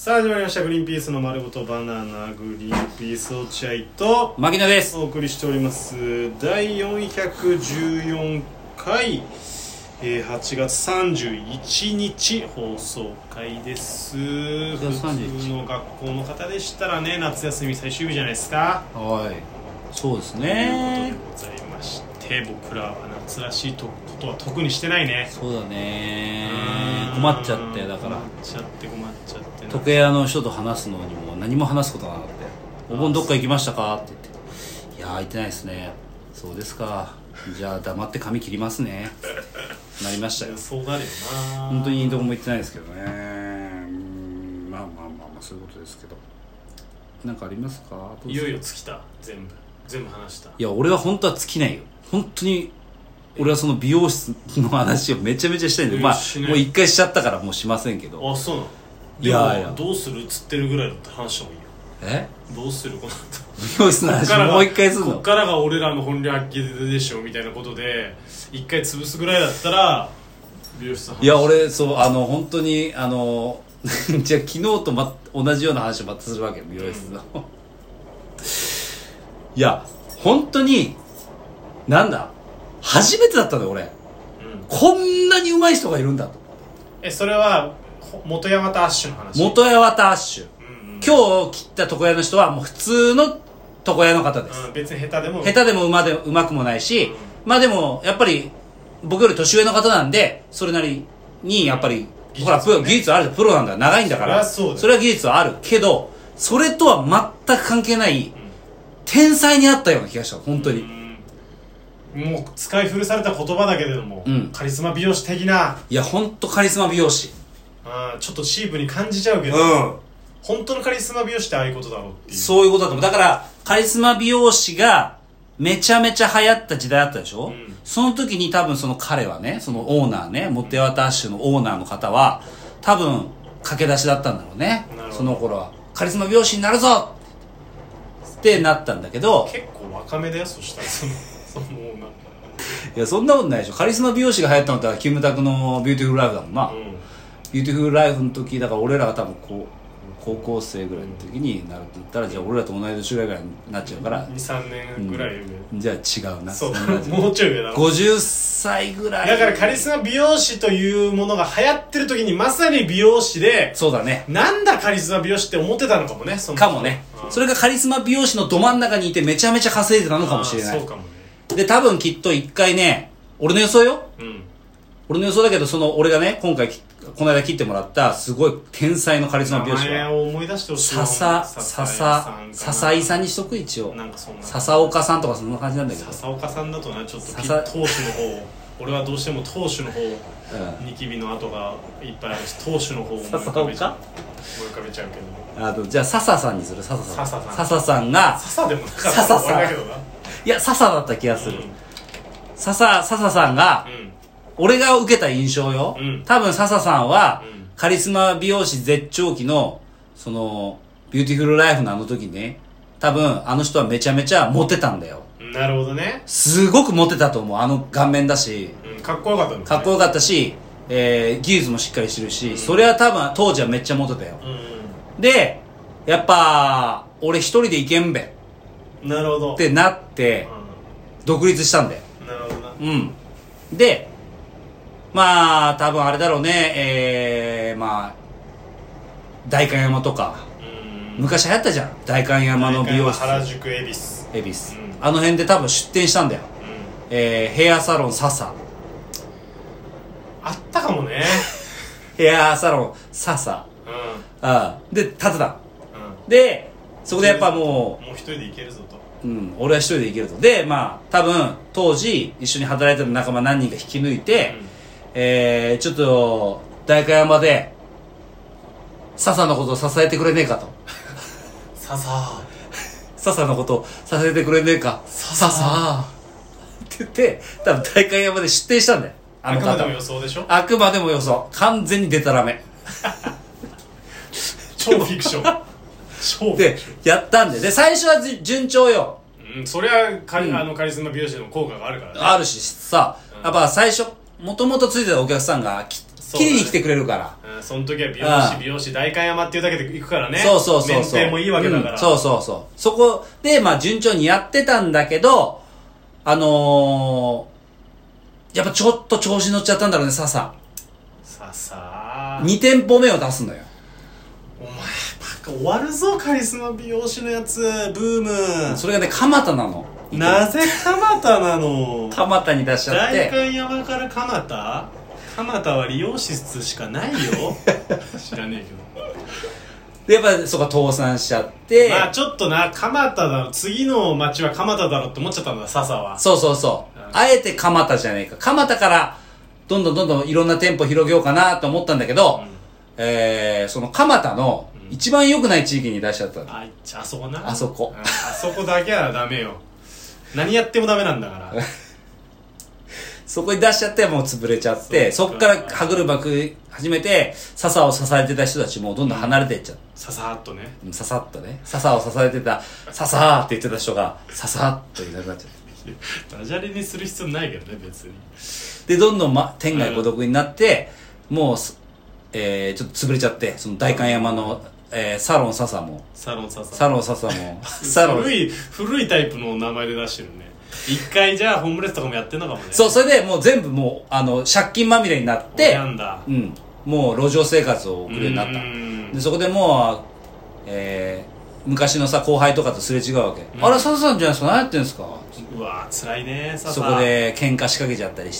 さあ始まりましたグリーンピースの丸ごとバナナグリーンピース落合と牧野です。 お送りしております第414回、8月31日放送回です。普通の学校の方でしたらね、夏休み最終日じゃないですか。 はい、そうですとね。 いうことでございまして、僕らは夏らしいことは特にしてないね。 そうだね。困っちゃってだから困っちゃって時計屋の人と話すのにも何も話すことがなかったよ。お盆どっか行きましたかって言って、いやー行ってないですね。そうですか、じゃあ黙って髪切りますねなりましたよ。 そうなるよな。 本当にどこも行ってないですけどね。まあそういうことですけど、なんかありますか？ いよいよ尽きた。全部話した。 いや俺は本当は尽きないよ。本当に俺はその美容室の話をめちゃめちゃしたいんで、まあもう一回しちゃったからもうしませんけど。 あ、そうなの。 いやいや、 どうするっつってるぐらいだったら話した方がいいよ。どうするこの後美容室の話もう一回するの？ こっからが俺らの本領発揮でしょみたいなことで一回潰すぐらいだったら美容室の話。 いや俺そう本当にじゃあ昨日と、同じような話をまたするわけよ、美容室の、いや本当になんだ初めてだったのよ俺、こんなに上手い人がいるんだと。 それは元山とアッシュの話。 元山とアッシュ、今日切った床屋の人はもう普通の床屋の方です、 別に下手でもうまくもないし、まあでもやっぱり僕より年上の方なんでそれなりにやっぱり、ほら技術ある、プロなんだ、長いんだから、それは技術はあるけど、それとは全く関係ない、天才にあったような気がした。本当にもう使い古された言葉だけれども、カリスマ美容師的な。 いや本当カリスマ美容師、 ちょっとチープに感じちゃうけど、本当のカリスマ美容師ってああいうことだろうっていう。 そういうことだと思う。だからカリスマ美容師がめちゃめちゃ流行った時代あったでしょ、その時に多分その彼はね、そのオーナーね、元山アッシュのオーナーの方は多分駆け出しだったんだろうね。その頃はカリスマ美容師になるぞってなったんだけど、 結構若めだよ。そしたらそのオーナー。 いやそんなことないでしょ。カリスマ美容師が流行ったのってキムタクのビューティフルライフだもんな、ビューティフルライフの時だから、俺らが多分高校生ぐらいの時になるって言ったら、じゃあ俺らと同い年ぐらいになっちゃうから 2,3 年ぐらい上、 じゃあ違うな。 そうもうちょい上だろ。 50歳ぐらいだからカリスマ美容師というものが流行ってる時にまさに美容師で、 そうだね、 なんだカリスマ美容師って思ってたのかもね。 かもね、それがカリスマ美容師のど真ん中にいてめちゃめちゃ稼いでたのかもしれない。 そうかもね。 で多分きっと一回ね、俺の予想よ、俺の予想だけど、その俺がねこの間切ってもらったすごい天才のカリスマ美容師は思い出してほしい。 笹井さんにしとく。一応なんかそんな笹岡さんとかそんな感じなんだけど、 笹岡さんだとな、ちょっと投手の方俺はどうしても投手の方、ニキビの跡がいっぱいあるし、投手の方を思い浮かべちゃうけど、 じゃあ笹さんにする。笹さんが笹でもなかった笹さん、 だけどな。 いや笹だった気がする、笹さんが、俺が受けた印象よ、多分笹さんは、カリスマ美容師絶頂期のそのビューティフルライフのあの時ね、多分あの人はめちゃめちゃモテたんだよ。 なるほどね。すごくモテたと思う。あの顔面だし、 かっこよかったの、ね、 かっこよかったし、技術もしっかりしてるし、それは多分当時はめっちゃモテたよ、でやっぱ俺一人でいけんべ、 なるほどってなって、独立したんだよ。 なるほどな。 でまあ多分あれだろうね、まあ代官山とか、昔流行ったじゃん、代官山の美容室、 原宿恵比寿、 あの辺で多分出店したんだよ、ヘアサロン笹あったかもねヘアサロン笹、で立てた、でそこでやっぱもう一人で行けるぞと、 俺は一人で行けると。でまあ多分当時一緒に働いてた仲間何人か引き抜いて、ちょっと代官山で笹のことを支えてくれねえかと笹のことを支えてくれねえか笹って言って、多分代官山で出店したんだよ。 あくまでも予想でしょ。 あくまでも予想、完全にデタラメ超フィクションでやったんで、最初は順調よ、 そりゃカリスマ美容師の効果があるからね。 あるしさ、やっぱ最初もともとついてたお客さんが切りに来てくれるから、 その時は美容師代官山っていうだけで行くからね。 そうそうそうそう。 免停もいいわけだから。 そうそうそう。そこで、まあ順調にやってたんだけど、やっぱちょっと調子乗っちゃったんだろうね、笹。2店舗目を出すのよ。 お前、バカ終わるぞ、カリスマ美容師のやつ、ブーム。 それがね、蒲田なの。 なぜ蒲田なの？ 蒲田に出しちゃって。 代官山から蒲田？蒲田は理容室しかないよ。知らねえけど。 で、やっぱそこは倒産しちゃって。 まあちょっとな、蒲田だろ、次の町は蒲田だろって思っちゃったんだ、笹は。 そうそうそう。あえて蒲田じゃねえか。蒲田から、どんどんいろんな店舗広げようかなと思ったんだけど、その蒲田の一番良くない地域に出しちゃったの。 あそこな。 あそこ。 あそこだけはダメよ。何やってもダメなんだから。 そこに出しちゃってもう潰れちゃって、そっから歯車食い始めて、笹を支えてた人たちもどんどん離れていっちゃう。 ささっとね。 ささっとね。笹を支えてた、ささーって言ってた人が、ささっといなくなっちゃう。ダジャレにする必要ないけどね、別に。 で、どんどん天涯孤独になって、もう、ちょっと潰れちゃって、その代官山の、サロン笹も。 サロン笹も。 古いタイプの名前で出してるね。一回じゃあホームレスとかもやってんのかもね。 そう、それでもう全部もう、借金まみれになって、もう路上生活を送るようになった。で、そこでもう、昔のさ、後輩とかとすれ違うわけ。あれ、笹さんじゃないですか、何やってんですか？ うわー、辛いね、笹。 そこで喧嘩仕掛けちゃったりして。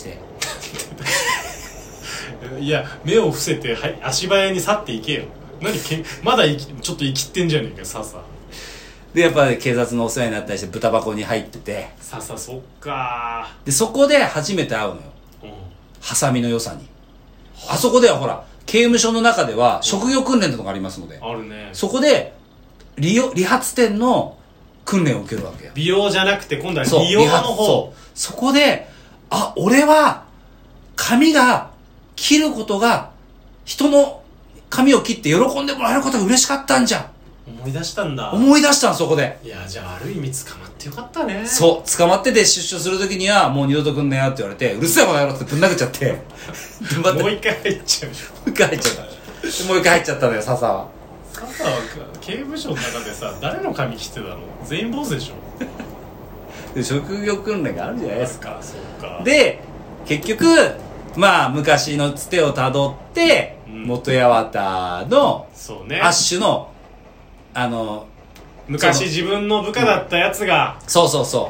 いや、目を伏せて、はい、足早に去っていけよ。まだちょっと生きってんじゃねえか、笹。 で、やっぱり警察のお世話になったりして豚箱に入ってて。 笹、そっかー。で、そこで初めて会うのよ。ハサミの良さに。あそこではほら、刑務所の中では職業訓練とかありますので。 あるね。 そこで、理髪店の訓練を受けるわけよ。 美容じゃなくて今度は理容の方。 そこで、俺は、髪が切ることが、人の髪を切って喜んでもらえることが嬉しかったんじゃ。 思い出したんだ。 思い出したの、そこで。 いや、じゃあある意味捕まってよかったね。 そう、捕まってて出所するときには、もう二度と来んなよって言われて、うるせえこの野郎ってぶん殴っちゃって。 もう一回入っちゃう。もう一回入っちゃった。もう一回入っちゃったのよ、笹は。 笹は刑務所の中でさ、誰の髪切ってたの？全員坊主でしょ。 で、職業訓練があるじゃないですか。 そうか。 で、結局、まあ、昔のつてをたどって、元八幡の、 そうね。 アッシュの、 昔自分の部下だったやつが、 そうそうそう。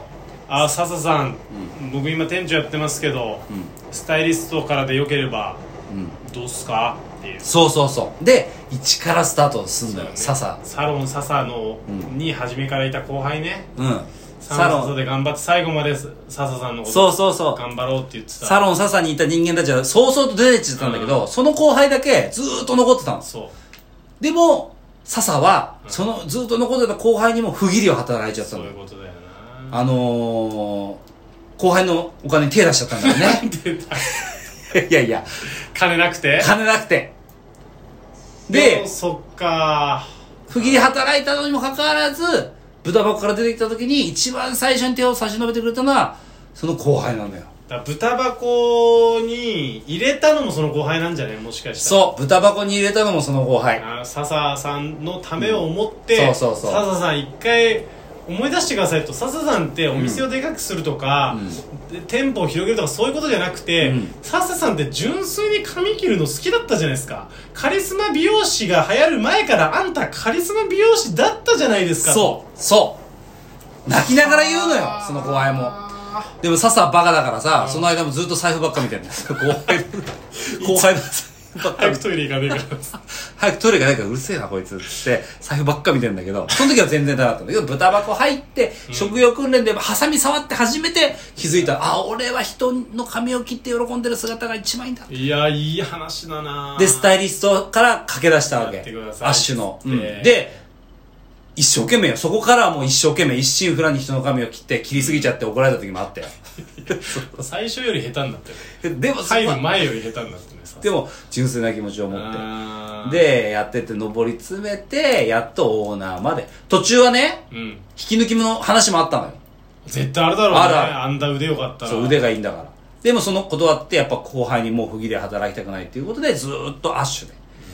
笹さん、僕今店長やってますけど、スタイリストからでよければ、どうっすかっていう。 そうそうそう。で、一からスタートすんのよ、笹。 サロン笹の、に初めからいた後輩ね。 サロンで頑張って最後まで笹さんのこと頑張ろうって言ってた。 サロン笹にいた人間たちはそうそうと出てっちゃったんだけど、その後輩だけずーっと残ってたの。 そう。 でも、笹は、そのずーっと残ってた後輩にも不義理を働いちゃったの。 そういうことだよな。後輩のお金に手出しちゃったんだよね。いやいや。 金なくて。 で、 そっか不義理働いたのにもかかわらず、豚箱から出てきた時に一番最初に手を差し伸べてくれたのはその後輩なのよ。 だ豚箱に入れたのもその後輩なんじゃね、もしかしたら。そう、豚箱に入れたのもその後輩。 笹さんのためを思って、笹さん一回思い出してくださいと。笹さんってお店をでかくするとか、店舗を広げるとかそういうことじゃなくて、笹さんって純粋に髪切るの好きだったじゃないですか。カリスマ美容師が流行る前からあんたカリスマ美容師だったじゃないですか。 そう泣きながら言うのよ、その後輩も。でも笹はバカだからさ、その間もずっと財布ばっか見てるんですよ。後輩の早くトイレ行かねえから早くトイレ行かねえからうるせえなこいつって財布ばっか見てるんだけど、その時は全然なかったんだけど、豚箱入って職業訓練でハサミ触って初めて気づいた。俺は人の髪を切って喜んでる姿が一番いいんだ。 いや、いい話だな。 でスタイリストから駆け出したわけ、アッシュの、で一生懸命よ。そこからはもう一生懸命一心不乱に人の髪を切って切りすぎちゃって怒られた時もあったよ。 最初より下手になってる。 でも入る前より下手になってね。 でも純粋な気持ちを持ってでやってて上り詰めてやっとオーナーまで。途中はね、引き抜きの話もあったのよ。 絶対あるだろうね。あんだ腕よかったら。 そう、腕がいいんだから。でもその断ってやっぱ後輩にもう不義で働きたくないっていうことでずーっとアッシュで。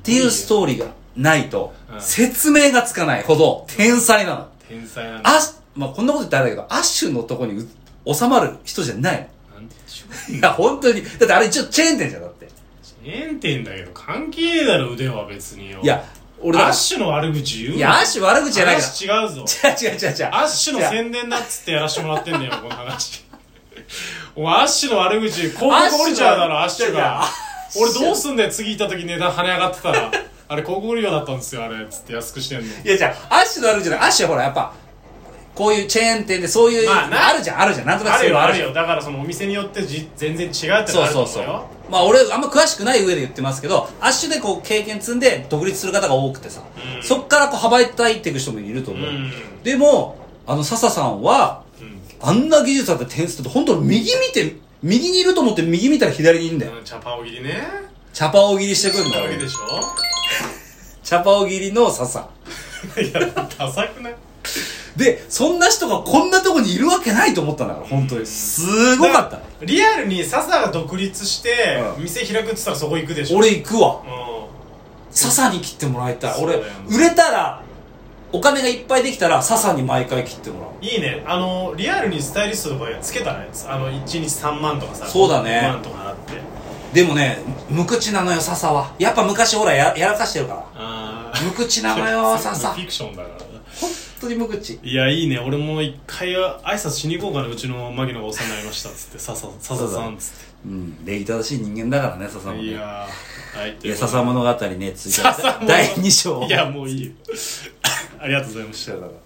っていうストーリーがないと、 うん、 説明がつかないほど天才なの。 天才なんだ。 まあこんなこと言ったらあれだけど、アッシュのとこに収まる人じゃない。 なんでしょう。 いや、本当に。だってあれ一応チェーン店じゃん、だって。 チェーン店だけど、関係ねえだろ、腕は別によ。 いや、俺アッシュの悪口言うの？ いや、アッシュ悪口じゃないから。 話違うぞ。 違う。 アッシュの宣伝だっつってやらしてもらってんだよ、この話。お前、アッシュの悪口、広告降りちゃうだろ、アッシュが。俺どうすんだよ、次行った時値段跳ね上がってたら。あれ、広告売り場だったんですよ、あれ。つって安くしてんの。 いや、じゃあ、アッシュの悪口じゃない。アッシュはほら、やっぱ、こういうチェーン店でそういう、 まあ、 あるじゃん。なんとなくそういうのあるよ。だからそのお店によって全然違うってのあると思うよ。そう。 まあ俺、あんま詳しくない上で言ってますけど、アッシュでこう経験積んで独立する方が多くてさ、うん、そっからこう羽ばたいていく人もいると思う。うん、でも、笹さんは、うん、あんな技術あって点数って本当右にいると思って右見たら左にいるんだよ。 チャパオ切りね。 チャパオ切りしてくるんだよ。 でしょチャパオ切りの笹。 いや、ダサくない？ で、そんな人がこんなとこにいるわけないと思ったんだから、本当に。すごかった。 リアルに笹が独立して、店開くって言ったらそこ行くでしょ。 俺行くわ。笹に切ってもらいたい。俺、売れたら、お金がいっぱいできたら、笹に毎回切ってもらう。 いいね。リアルにスタイリストとかつけたら、1日3万とかさ。 そうだね。 5万とか払って。 でもね、無口なのよ、笹は。やっぱ昔ほらやらかしてるから。無口なのよ、笹。 フィクションだから。 本当に無口。 いや、いいね。俺も一回挨拶しに行こうかな。うちの牧野がお世話になりましたっつって笹さんっつって。 うん、礼儀正しい人間だからね、笹もね。 いやはい。 笹物語ね、続いて第2章。 いや、もういいよ。ありがとうございました。